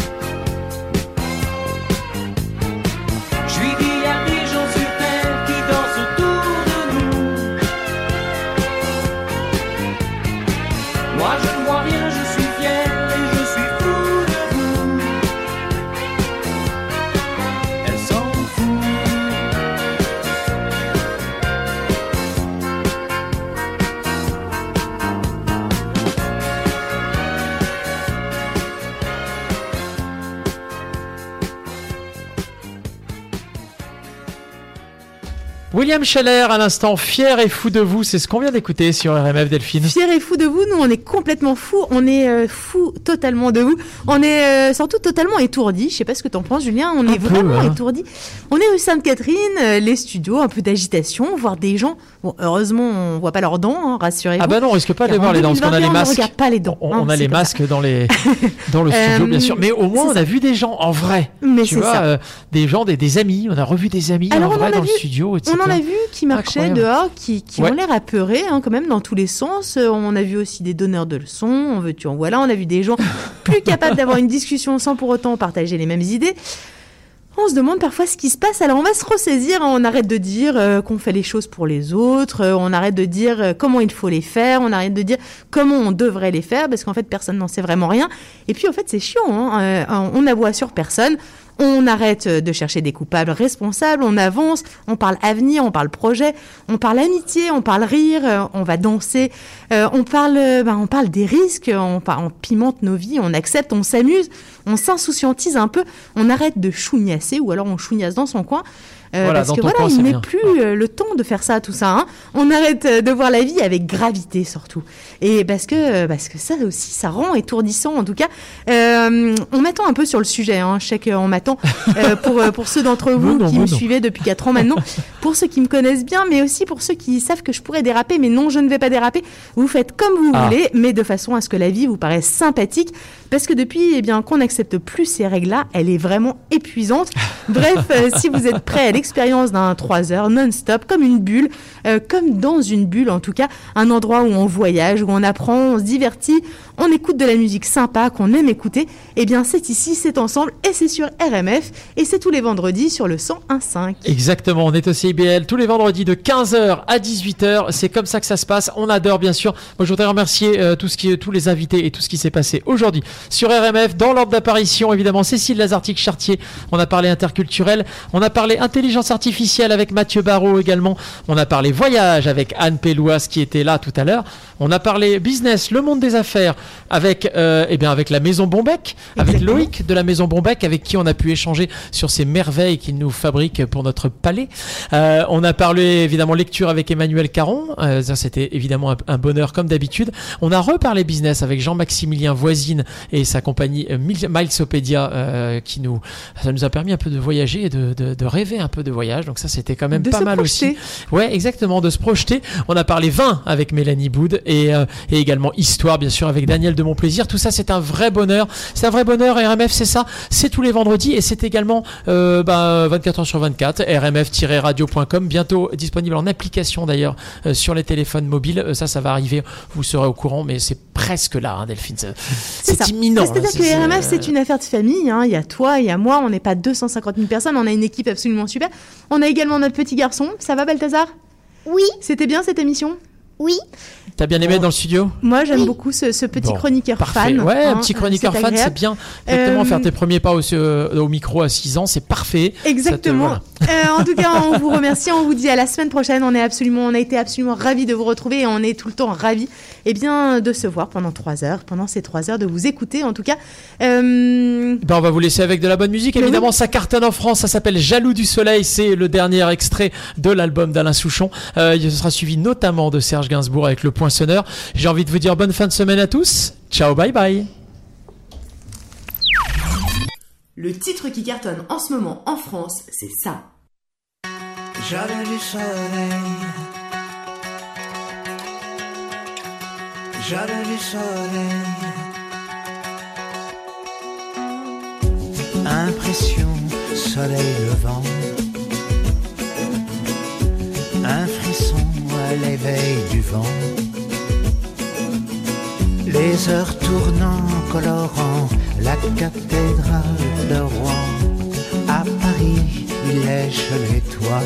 Je lui dis à des gens sur terre qui dansent autour de nous. Moi je ne vois rien, je suis fier et je suis fou de vous. Elle s'en fout. William Scheller, à l'instant, fier et fou de vous, c'est ce qu'on vient d'écouter sur R M F, Delphine. Fier et fou de vous, nous on est complètement fous, on est euh, fous totalement de vous, on est euh, surtout totalement étourdis, je sais pas ce que t'en penses Julien, on Un est peu, vraiment hein. étourdis. On est rue Sainte-Catherine, euh, les studios, un peu d'agitation, voir des gens, bon heureusement on voit pas leurs dents, hein, rassurez-vous. Ah bah non, on risque pas de Car voir en les dents, parce qu'on a les deux mille vingt et un, masques. On regarde pas les dents. On, hein, on a c'est les comme ça. masques dans, les, dans le studio, Euh, bien sûr. Mais au moins, c'est on ça. a vu des gens en vrai. Mais tu c'est vois, ça. euh, des gens, des, des amis. On a revu des amis Alors, en on vrai en a dans le vu- studio, et cetera. On en a vu qui marchaient Incroyable. dehors, qui, qui Ouais. ont l'air apeurés hein, quand même dans tous les sens. Euh, On a vu aussi des donneurs de leçons, en veux-tu, en voilà. On a vu des gens plus capables d'avoir une discussion sans pour autant partager les mêmes idées. On se demande parfois ce qui se passe. Alors on va se ressaisir, hein. On arrête de dire euh, qu'on fait les choses pour les autres, euh, on arrête de dire euh, comment il faut les faire, on arrête de dire comment on devrait les faire, parce qu'en fait personne n'en sait vraiment rien. Et puis en fait c'est chiant, hein. Euh, on n'avoue sur personne. On arrête de chercher des coupables responsables, on avance, on parle avenir, on parle projet, on parle amitié, on parle rire, euh, on va danser, euh, on parle, euh, ben, on parle des risques, on, par- on pimente nos vies, on accepte, on s'amuse, on s'insouciantise un peu, on arrête de chougnasser ou alors on chougnasse dans son coin. Euh, Voilà, parce dans que ton voilà, coin, il c'est n'est bien. plus euh, le temps de faire ça, tout ça. Hein. On arrête euh, de voir la vie avec gravité, surtout. Et parce que, parce que ça aussi, ça rend étourdissant, en tout cas. Euh, on m'attend un peu sur le sujet. Hein. Je sais qu'on m'attend euh, pour, euh, pour ceux d'entre vous Non, non, qui non, me non. suivaient depuis quatre ans maintenant. Pour ceux qui me connaissent bien, mais aussi pour ceux qui savent que je pourrais déraper. Mais non, je ne vais pas déraper. Vous faites comme vous Ah. voulez, mais de façon à ce que la vie vous paraisse sympathique. Parce que depuis eh bien, qu'on n'accepte plus ces règles-là, elle est vraiment épuisante. Bref, euh, si vous êtes prêts à l'expérience d'un trois heures non-stop, comme une bulle, euh, comme dans une bulle en tout cas, un endroit où on voyage, où on apprend, on se divertit, on écoute de la musique sympa qu'on aime écouter, eh bien c'est ici, c'est ensemble et c'est sur R M F et c'est tous les vendredis sur le cent un virgule cinq. Exactement, on est au C I B L tous les vendredis de quinze heures à dix-huit heures. C'est comme ça que ça se passe. On adore, bien sûr. Moi, je voudrais remercier euh, tout ce qui, tous les invités et tout ce qui s'est passé aujourd'hui sur R M F. Dans l'ordre d'apparition, évidemment, Cécile Lazartique-Chartier. On a parlé interculturel. On a parlé intelligence. intelligence artificielle avec Mathieu Barraud également. On a parlé voyage avec Anne Pélouas qui était là tout à l'heure. On a parlé business, le monde des affaires avec, euh, eh bien avec la Maison Bombec, avec Loïc de la Maison Bombec avec qui on a pu échanger sur ces merveilles qu'il nous fabrique pour notre palais. Euh, on a parlé évidemment lecture avec Emmanuel Caron. Euh, ça c'était évidemment un, un bonheur comme d'habitude. On a reparlé business avec Jean-Maximilien Voisine et sa compagnie euh, Milesopédia euh, qui nous, ça nous a permis un peu de voyager et de, de, de rêver un peu de voyage. Donc ça c'était quand même de pas mal projeter. aussi. Ouais, exactement, de se projeter. On a parlé vin avec Mélanie Boud et, euh, et également histoire bien sûr avec Daniel de Montplaisir. Tout ça c'est un vrai bonheur. C'est un vrai bonheur. R M F c'est ça. C'est tous les vendredis et c'est également euh, bah, vingt-quatre heures sur vingt-quatre. R M F tiret radio point com, bientôt disponible en application d'ailleurs euh, sur les téléphones mobiles. Euh, ça, ça va arriver. Vous serez au courant, mais c'est presque là, hein, Delphine. C'est, c'est, c'est imminent. C'est-à-dire que R M F c'est une affaire de famille. Hein. Il y a toi, il y a moi. On n'est pas deux cent cinquante mille personnes. On a une équipe absolument super. On a également notre petit garçon. Ça va, Balthazar ? Oui. C'était bien cette émission ? Oui. T'as bien aimé bon. Dans le studio ? Moi, j'aime oui. beaucoup ce, ce petit bon, chroniqueur parfait. fan. Ouais, hein, un petit chroniqueur c'est fan, agréable. c'est bien. Exactement, euh... faire tes premiers pas au, euh, au micro à six ans, c'est parfait. Exactement. Te, voilà. euh, en tout cas, on vous remercie, on vous dit à la semaine prochaine. On est absolument, on a été absolument ravis de vous retrouver et on est tout le temps ravis, eh bien, de se voir pendant trois heures, pendant ces trois heures, de vous écouter. En tout cas, euh... ben, on va vous laisser avec de la bonne musique. Évidemment, oui. Ça cartonne en France. Ça s'appelle Jaloux du Soleil. C'est le dernier extrait de l'album d'Alain Souchon. Euh, ce sera suivi notamment de Serge Gainsbourg avec Le Poinçonneur. J'ai envie de vous dire bonne fin de semaine à tous. Ciao, bye bye. Le titre qui cartonne en ce moment en France, c'est ça. Jaloux du soleil, jaloux du soleil, impression, soleil levant, un frisson à l'éveil du vent. Les heures tournant, colorant la cathédrale de Rouen. À Paris, il lèche les toits.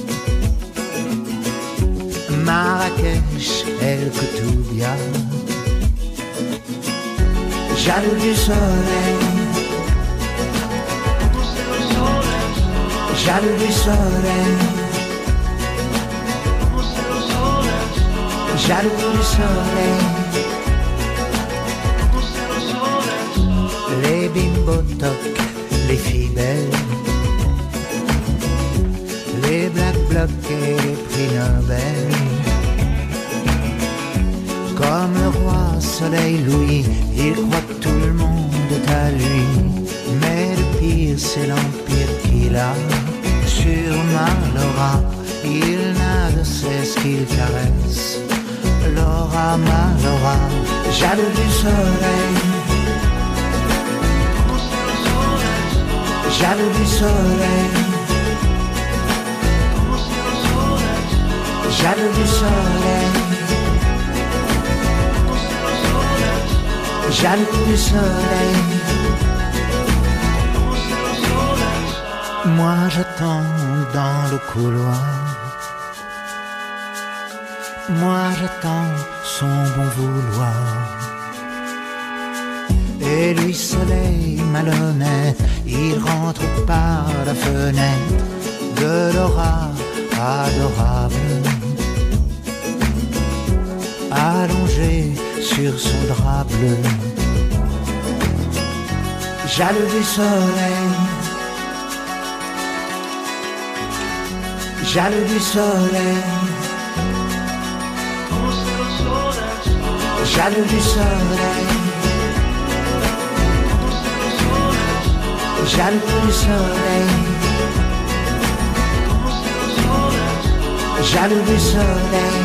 Marrakech, El Koutoubia. Jaloux du soleil, jaloux du soleil, jaloux du soleil. Les bimbo-tocs, les filles belles, les black blocs et les prix Nobel. Comme le roi soleil Louis, il croit que tout le monde est à lui. Mais le pire c'est l'empire qu'il a sur Malora. Il n'a de cesse qu'il caresse Laura Malora, jaloux du soleil, jaloux du soleil, jaloux du soleil, jaloux du soleil. Moi j'attends dans le couloir, moi j'attends son bon vouloir. Et lui soleil malhonnête, il rentre par la fenêtre de Laura adorable, allongé sur son drap bleu. Jaloux du soleil, jaloux du soleil, jaloux du soleil, jaloux du soleil, jaloux du soleil,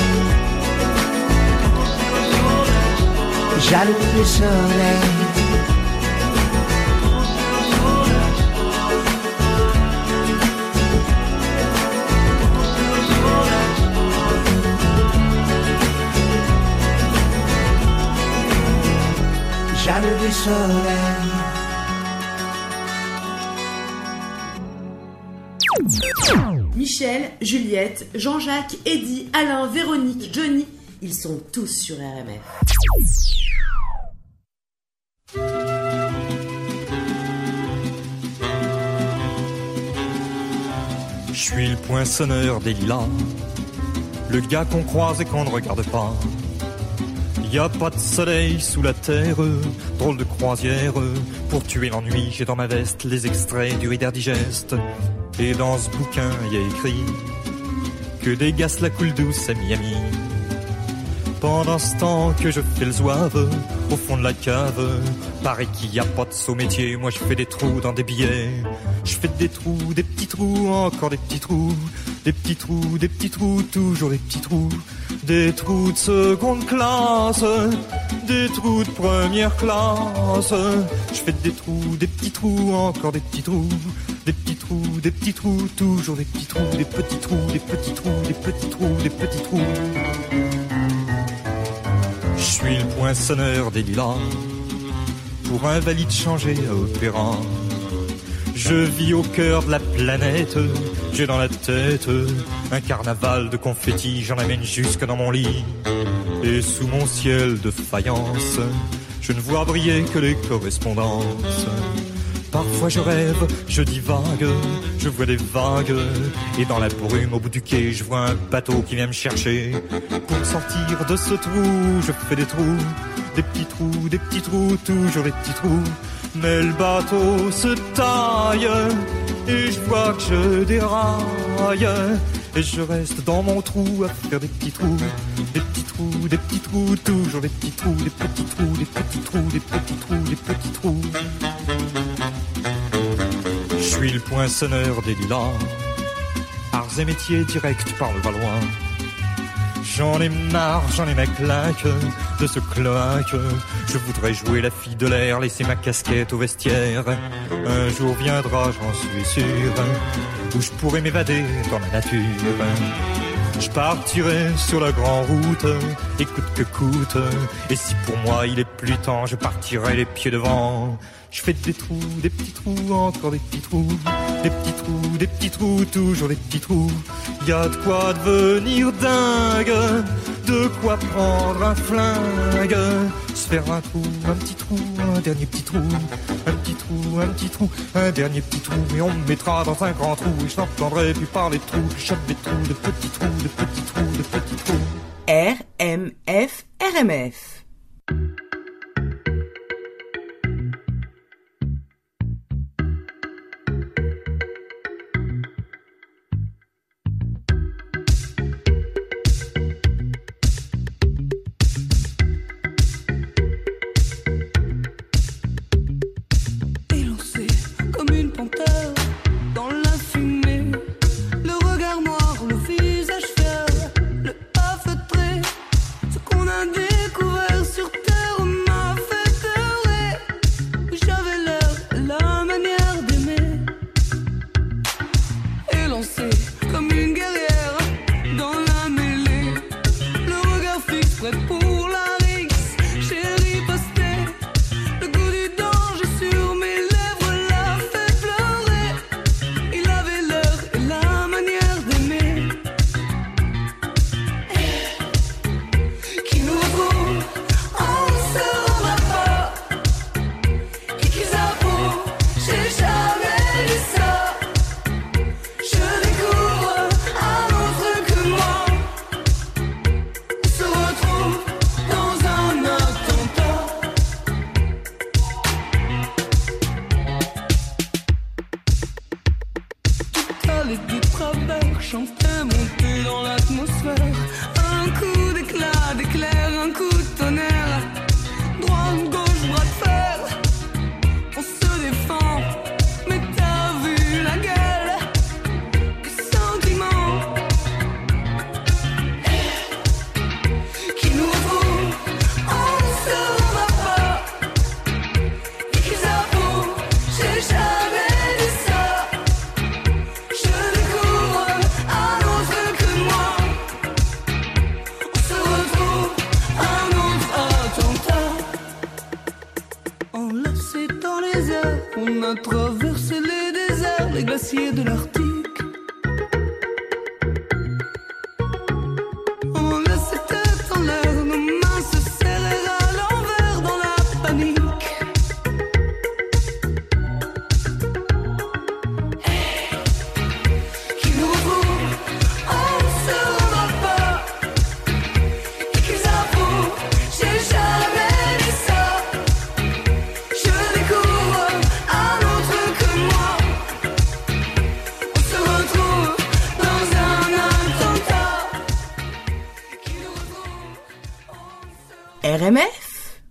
jaloux du soleil. Jaloux du soleil. Michel, Juliette, Jean-Jacques, Eddy, Alain, Véronique, Johnny, ils sont tous sur R M F. suis le poinçonneur des lilas, le gars qu'on croise et qu'on ne regarde pas. Y a pas de soleil sous la terre, drôle de croisière. Pour tuer l'ennui, j'ai dans ma veste les extraits du Reader Digest. Et dans ce bouquin, y a écrit que des gars la coule douce à Miami. Pendant ce temps que je fais le zouave au fond de la cave, paraît qu'il y a pas de saut métier. Moi je fais des trous dans des billets. Je fais des trous, des petits trous, encore des petits trous. Des petits trous, des petits trous, toujours des petits trous. Des trous de seconde classe, des trous de première classe. Je fais des trous, des petits trous, encore des petits trous. Des petits trous, des petits trous, toujours des petits trous. Des petits trous, des petits trous, des petits trous, des petits trous. Je suis le poinçonneur des lilas, pour un valide changé à opéra. Je vis au cœur de la planète, j'ai dans la tête un carnaval de confettis, j'en amène jusque dans mon lit. Et sous mon ciel de faïence, je ne vois briller que les correspondances. Parfois je rêve, je divague, je vois des vagues. Et dans la brume au bout du quai, je vois un bateau qui vient me chercher. Pour sortir de ce trou, je fais des trous, des petits trous, des petits trous, toujours des petits trous. Mais le bateau se taille, et je vois que je déraille. Et je reste dans mon trou à faire des petits trous, des petits trous, des petits trous, toujours des petits trous, des petits trous, des petits trous, des petits trous, des petits trous. Je suis le poinçonneur des lilas, arts et métiers directs par le Valois. J'en ai marre, j'en ai ma claque de ce cloaque. Je voudrais jouer la fille de l'air, laisser ma casquette au vestiaire. Un jour viendra, j'en suis sûr, où je pourrai m'évader dans la nature. Je partirai sur la grande route, et coûte que coûte. Et si pour moi il est plus temps, je partirai les pieds devant. Je fais des trous, des petits trous, encore des petits trous. Des petits trous, des petits trous, toujours des petits trous. Y a de quoi devenir dingue, de quoi prendre un flingue. Se faire un trou, un petit trou, un dernier petit trou. Un petit trou, un petit trou, un dernier petit trou. Et on me mettra dans un grand trou, et je n'entendrai plus parler de trous. Je chope des trous, de petits trous, de petits trous, de petits trous. R M F, R M F. R M F.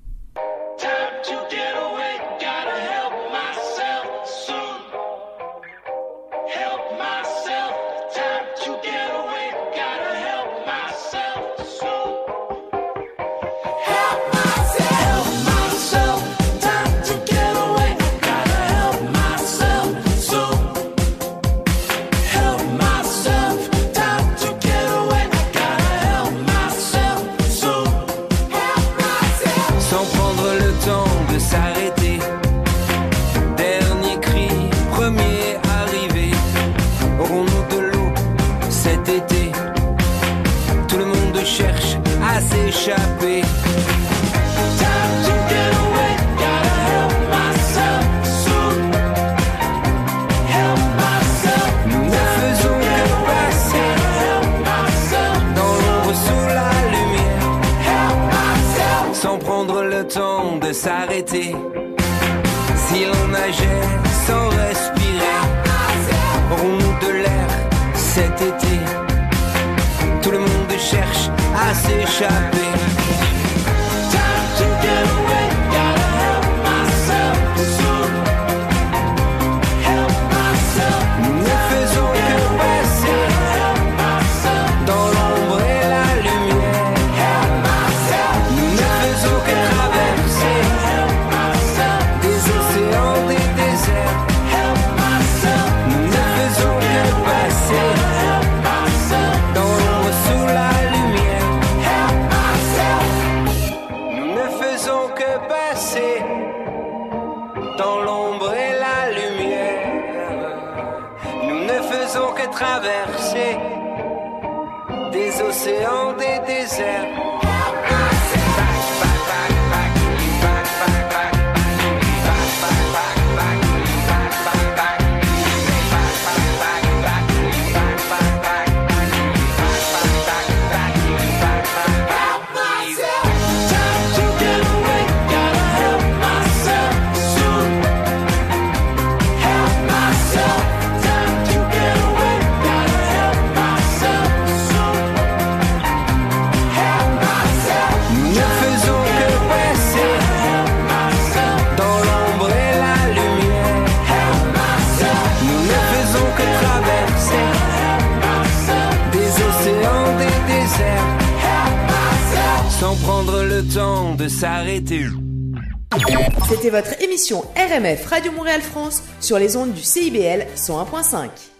S'échapper. Nous ne faisons que passer dans l'ombre sous la lumière, sans prendre le temps de s'arrêter. Si l'on nageait sans respirer, aurons-nous de l'air cet été? Tout le monde cherche à s'échapper. Time to get away, gotta help myself soon. Help myself. Nous ne faisons que passer dans l'ombre et la lumière. Help myself. Nous ne faisons que traverser des océans, des déserts. Help myself. Nous ne faisons que passer dans l'ombre sous la dans l'ombre et la lumière. Nous ne faisons que traverser des océans, des déserts. Sans prendre le temps de s'arrêter. C'était votre émission R M F Radio Montréal France sur les ondes du C I B L cent un point cinq.